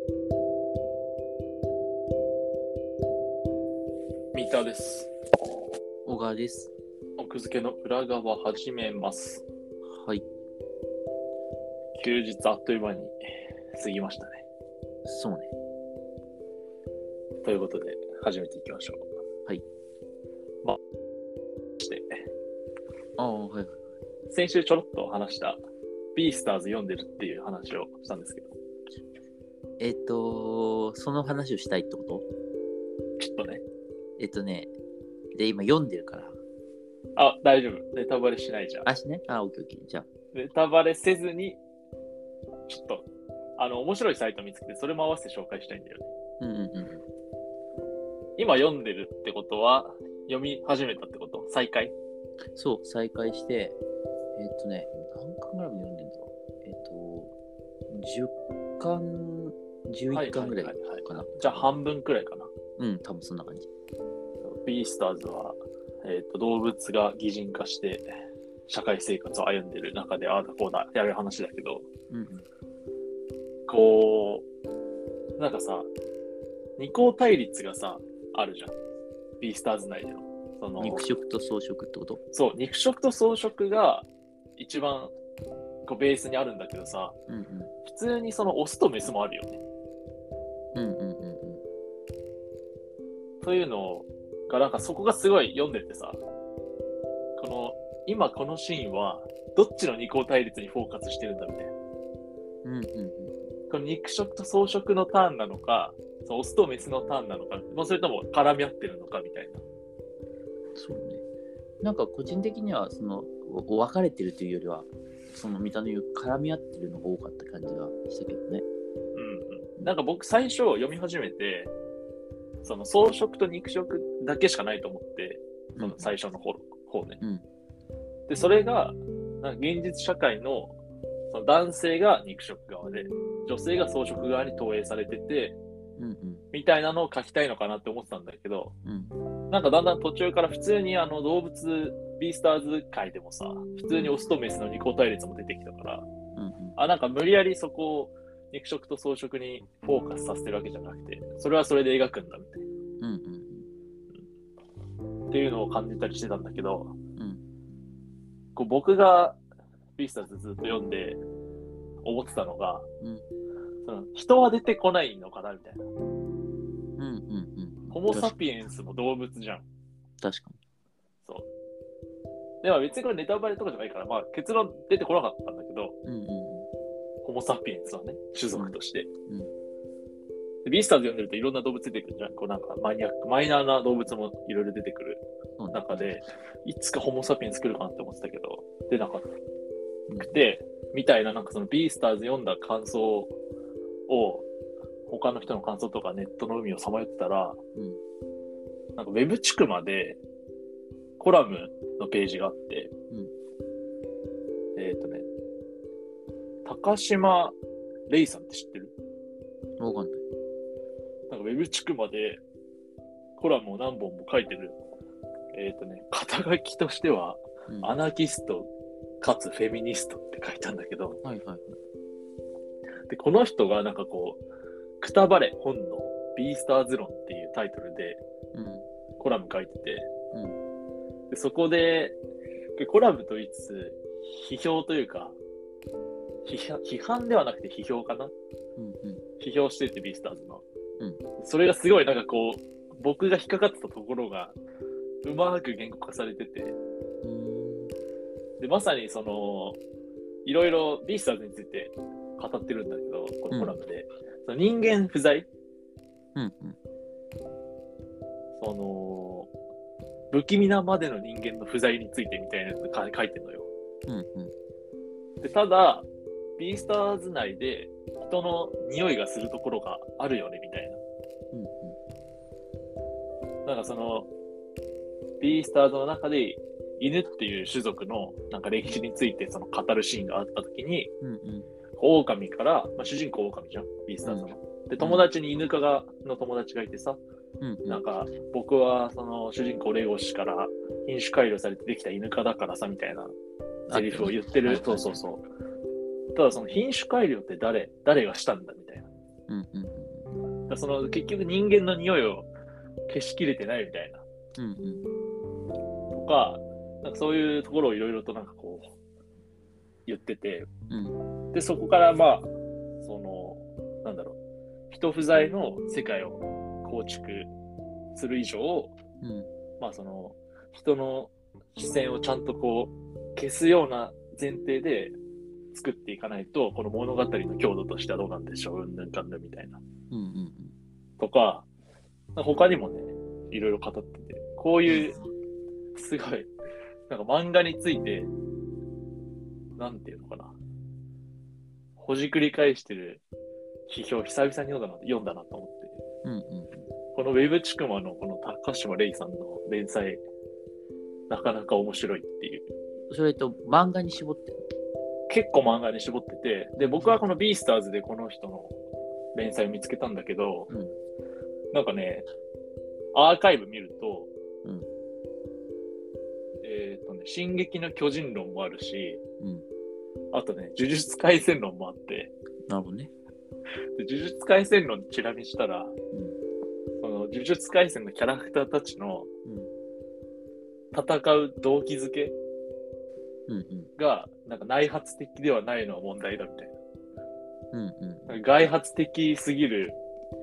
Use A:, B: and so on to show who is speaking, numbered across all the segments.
A: 三田です。
B: 小川です。
A: 奥付けの裏側始めます。
B: はい。
A: 休日あっという間に過ぎましたね。
B: そうね。
A: ということで始めていきましょう。
B: はい。
A: して
B: はい。
A: 先週ちょろっと話したビースターズ読んでるっていう話をしたんですけど。
B: その話をしたいってこと？
A: ちょっとね。
B: で、今読んでるから。
A: 大丈夫。ネタバレしないじゃん。
B: オッケーオッケー。じゃあ。
A: ネタバレせずに、ちょっと、面白いサイト見つけて、それも合わせて紹介したいんだよね。今読んでるってことは、読み始めたってこと？再開？
B: そう、再開して、何巻ぐらいまで読んでんだろう。10巻、11巻ぐらいかな。
A: じゃあ半分くらいかな。
B: 多分そんな感じ。
A: ビースターズは、動物が擬人化して社会生活を歩んでる中でああだこうだやる話だけど、こうなんかさ、二項対立がさあるじゃん、ビースターズ内での。その
B: 肉食と草食ってこと？
A: そう、肉食と草食が一番こうベースにあるんだけどさ、普通にそのオスとメスもあるよね。というのがなんかそこがすごい読んでてさ、今このシーンはどっちの二項対立にフォーカスしてるんだみたいな。この肉食と草食のターンなのか、そのオスとメスのターンなのか、それとも絡み合ってるのかみたいな。
B: そうね。なんか個人的にはその分かれてるというよりは、その見た目に絡み合ってるのが多かった感じがしたけどね。
A: なんか僕最初読み始めて、その草食と肉食だけしかないと思って、その最初の方ね。で、それがなんか現実社会のその男性が肉食側で、女性が草食側に投影されてて、みたいなのを書きたいのかなって思ってたんだけど、なんかだんだん途中から普通に動物ビースターズ界でもさ、普通にオスとメスの二項対立も出てきたから、なんか無理やりそこを肉食と草食にフォーカスさせてるわけじゃなくて、それはそれで描くんだみたいな、っていうのを感じたりしてたんだけど、こう僕がビースターズずっと読んで思ってたのが、その人は出てこないのかなみたいな。ホモ・サピエンスも動物じゃん。
B: 確かに。
A: そう。では別にこれネタバレとかじゃないから、まあ結論出てこなかったんだけど、ホモ・サピエンスはね、種族として。でビースターズ読んでるといろんな動物出てくるじゃん。こうなんかマイナーな動物もいろいろ出てくる中で、いつかホモ・サピエンス来るかなって思ってたけど、出なかったくて、みたいな、なんかそのビースターズ読んだ感想を、他の人の感想とかネットの海をさまよってたら、なんかウェブチクマでコラムのページがあって、高島レイさんって知ってる？
B: わかんない。
A: なんかウェブチクマでコラムを何本も書いてる。肩書きとしては、アナキストかつフェミニストって書いたんだけど、でこの人がなんかこうくたばれ本のビースターズ論っていうタイトルでコラム書いてて、でそこでコラムと言いつつ批評というか批判ではなくて批評かな、批評しててビースターズの、それがすごいなんかこう僕が引っかかってたところがうまく言語化されてて、でまさにそのいろいろビースターズについて語ってるんだけど、このコラムで、その人間不在、その不気味なまでの人間の不在についてみたいなやつ書いてるのよ。でただビースターズ内で人の匂いがするところがあるよねみたいな、なんかそのビースターズの中で犬っていう種族のなんか歴史についてその語るシーンがあったときに、狼から、主人公狼じゃん、ビースターズの。で、友達に犬科の友達がいてさ、なんか僕はその主人公レゴシから品種改良されてできた犬科だからさみたいなセリフを言ってる。そう。ただその品種改良って誰がしたんだみたいな。
B: うんうん
A: だからその結局人間の匂いを消しきれてないみたいな。
B: うんうん
A: とか、なんかそういうところをいろいろとなんかこう言ってて、
B: うん。
A: で、そこからまあ、その、なんだろう、人不在の世界を構築する以上、
B: うん
A: まあその、人の視線をちゃんとこう、消すような前提で作っていかないと、この物語の強度としてはどうなんでしょう、うんぬんかんぬんみたいな。
B: うんうん
A: とか、他にもね、いろいろ語ってて、こういう、すごい、なんか漫画について、なんていうのかな、ほじくり返してる批評、久々に読んだなと思って、
B: うんうん
A: このウェブチクマのこの高島レイさんの連載、なかなか面白いっていう。
B: それと漫画に絞ってる。
A: 結構漫画に絞ってて、で、僕はこのビースターズでこの人の連載を見つけたんだけど、
B: うん
A: なんかね、アーカイブ見ると、
B: うん
A: 進撃の巨人論もあるし、
B: うん。
A: あとね、呪術廻戦論もあって、
B: なるほどね。
A: で呪術廻戦論チラ見したら、
B: うん
A: その呪術廻戦のキャラクターたちの
B: うん
A: 戦う動機づけ
B: うんうん
A: が、なんか内発的ではないのは問題だみたい
B: うん
A: な。外発的すぎる、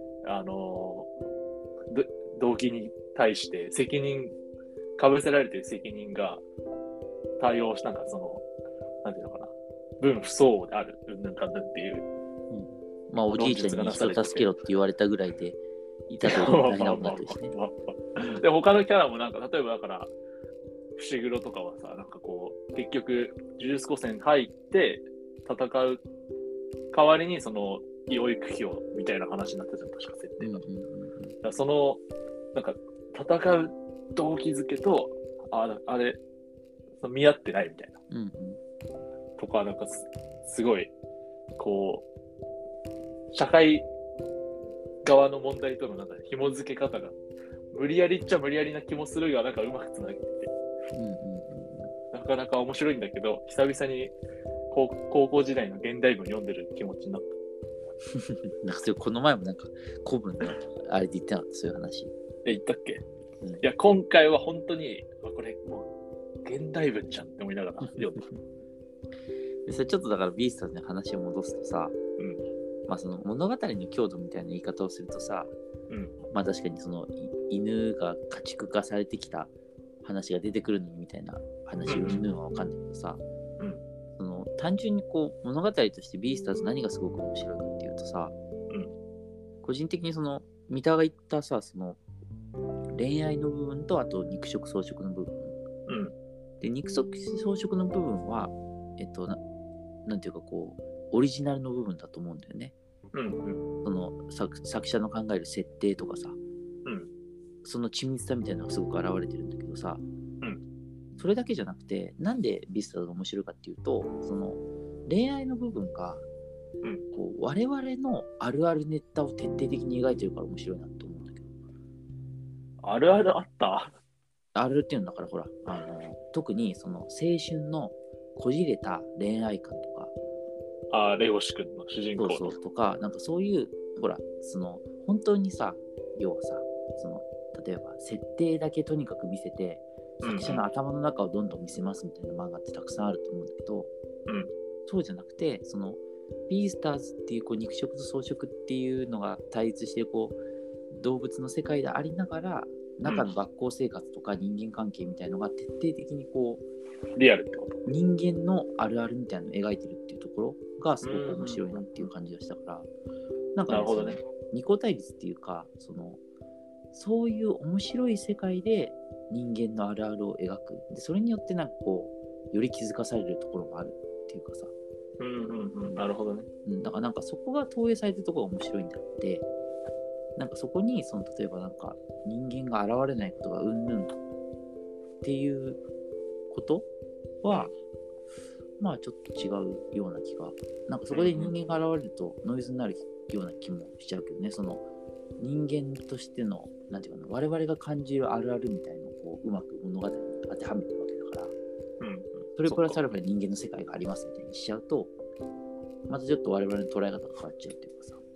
A: 動機に対して責任、かぶせられてる責任が対応した、なんかその、なんていうのかな、分不相応である、うんぬんかんぬんっていう。
B: まあおじいちゃんに人助けろって言われたぐらいでいたと大変なことになってるしね。
A: で、他のキャラもなんか、例えばだから、伏黒とかはさ、なんかこう、結局、呪術高専入って戦う代わりに、その、養育費をみたいな話になったじゃん、確か設定が。だからその、なんか、戦う動機づけと、あれ、その見合ってないみたいな。
B: うんうん
A: とか、なんかすごい、こう、社会側の問題とのなんか紐付け方が、無理やりっちゃ無理やりな気もするが、なんかうまくつなげてて、
B: うんうん
A: なかなか面白いんだけど、久々に高校時代の現代文読んでる気持ちになっ
B: なんかそれこの前もなんか古文のあれで言ってなかった、そういう話。
A: た。言ったっけ、
B: うん、
A: いや、今回は本当に、これもう、現代文じゃんって思いながら読んだ。
B: でそれちょっとだからビースターズに話を戻すとさ、まあその物語の強度みたいな言い方をするとさ、まあ確かにその犬が家畜化されてきた話が出てくるのみたいな話うんぬんは分かんないけどさ、その単純にこう物語としてビースターズ何がすごく面白いかっていうとさ、個人的にその三田が言ったさ、その恋愛の部分とあと肉食草食の部分、で肉食草食の部分はなんていうかこうオリジナルの部分だと思うんだよね。その作者の考える設定とかさ、その緻密さみたいなのがすごく現れてるんだけどさ、それだけじゃなくて、なんでビースターズが面白いかっていうと、その恋愛の部分が、こう我々のあるあるネタを徹底的に描いてるから面白いなと思うんだけど。
A: あるあるあった？
B: あるっていうのだからほら、特にその青春のこじれた恋愛観とか、
A: レゴシ君の主人公
B: そうとか、なんかそういうほら、その本当にさ、要はさ、その例えば設定だけとにかく見せて作者の頭の中をどんどん見せますみたいな漫画ってたくさんあると思うんだけど、そうじゃなくて、そのビースターズっていうこう肉食と草食っていうのが対立してこう動物の世界でありながら、中の学校生活とか人間関係みたいのが徹底的にこ
A: うリアルってこと、
B: 人間のあるあるみたいなのを描いてるっていうところがすごく面白いなっていう感じがしたから、なんか、
A: なるほどね、
B: 二項対立っていうか、そういう面白い世界で人間のあるあるを描く。でそれによってなんかこうより気づかされるところもあるっていうかさ、
A: なるほどね。
B: だからなんかそこが投影されてるところが面白いんだって、なんかそこにその例えばなんか人間が現れないことがうんぬんっていうことは、まあちょっと違うような気が、なんかそこで人間が現れるとノイズになるような気もしちゃうけどね。その人間としてのなんていうかな、我々が感じるあるあるみたいなのをこううまく物語に当てはめてるわけだから、それプラスアルファ人間の世界がありますみたいにしちゃうと、またちょっと我々の捉え方が変わっちゃうっていうかさ。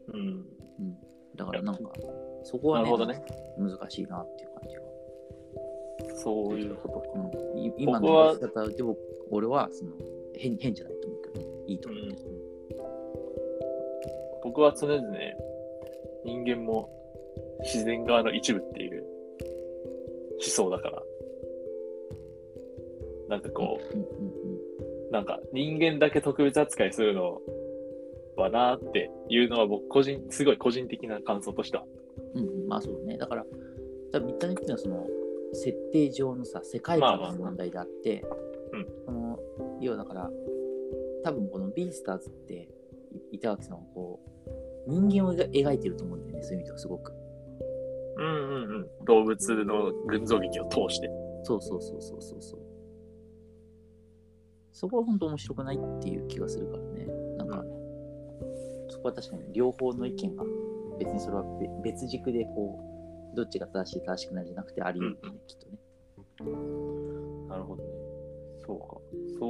A: うん。
B: だからなんか、そこはね、難しいなっていう感じが。
A: そういうことか。
B: 今のやり方でも、俺はその変じゃないと思うけど、いいと思うけど。
A: 僕は常々、人間も自然側の一部っていう思想だから、なんかこう、なんか人間だけ特別扱いするのはなーっていうのは僕すごい個人的な感想としては。
B: まあそうね。だから、多分見た目っていうのはその設定上のさ、世界観の問題であって、要はだから、多分このビースターズって板垣さんはこう、人間を描いてると思うんだよね、そういう意味ではすごく。
A: 動物の群像劇を通して。
B: そう。そこは本当面白くないっていう気がするからね。なんか、そこは確かに両方の意見が、別にそれは別軸でこう、どっちが正しい正しくないじゃなくてあり得るね、きっとね。
A: なるほどね。そうか。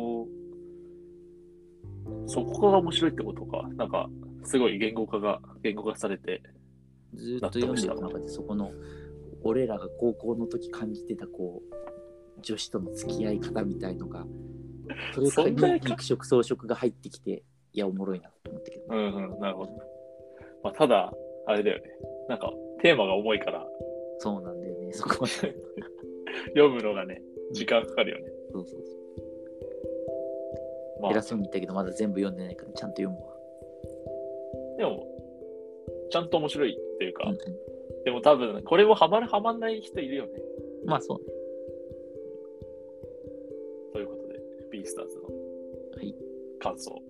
A: そこが面白いってことか。なんか、すごい言語化されて。
B: ずっと読んでる中で、そこの、俺らが高校の時感じてた、こう、女子との付き合い方みたいのが、それから肉食草食が入ってきて、いや、おもろいなと思ったけど。
A: なるほど。まあ、ただ、あれだよね。なんか、テーマが重いから。
B: そうなんだよね、そこは。
A: 読むのがね、時間かかるよね。
B: そう。偉そうに言ったけど、まだ全部読んでないからちゃんと読むわ。
A: でも、ちゃんと面白いっていうか、でも多分、これもハマんない人いるよね。
B: まあそうね。
A: ということで、ビースターズの感想。